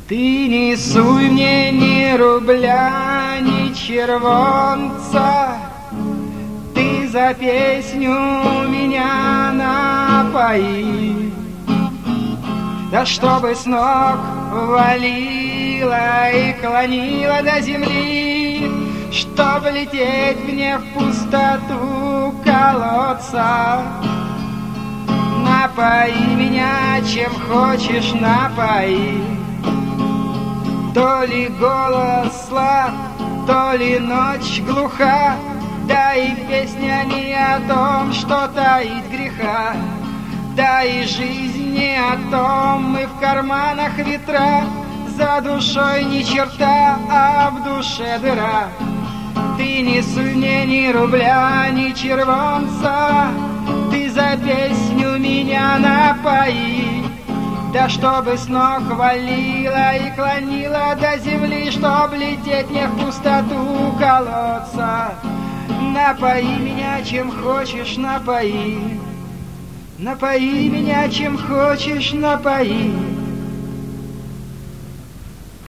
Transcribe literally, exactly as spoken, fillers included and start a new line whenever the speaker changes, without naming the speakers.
Ты не суй мне ни рубля, ни червонца, ты за песню меня напои. Да чтобы с ног валила и клонила до земли, чтоб лететь мне в пустоту колодца. Напои меня, чем хочешь, напои. То ли голос слаб, то ли ночь глуха, да и песня не о том, что таит греха. Да и жизнь не о том, и в карманах ветра, за душой ни черта, а в душе дыра. Ты не суй мне ни рубля, ни червонца, ты за песню меня напои. Да чтобы с ног валила и клонила до земли, чтоб лететь мне в пустоту колодца. Напои меня, чем хочешь, напои. Напои меня, чем хочешь, напои.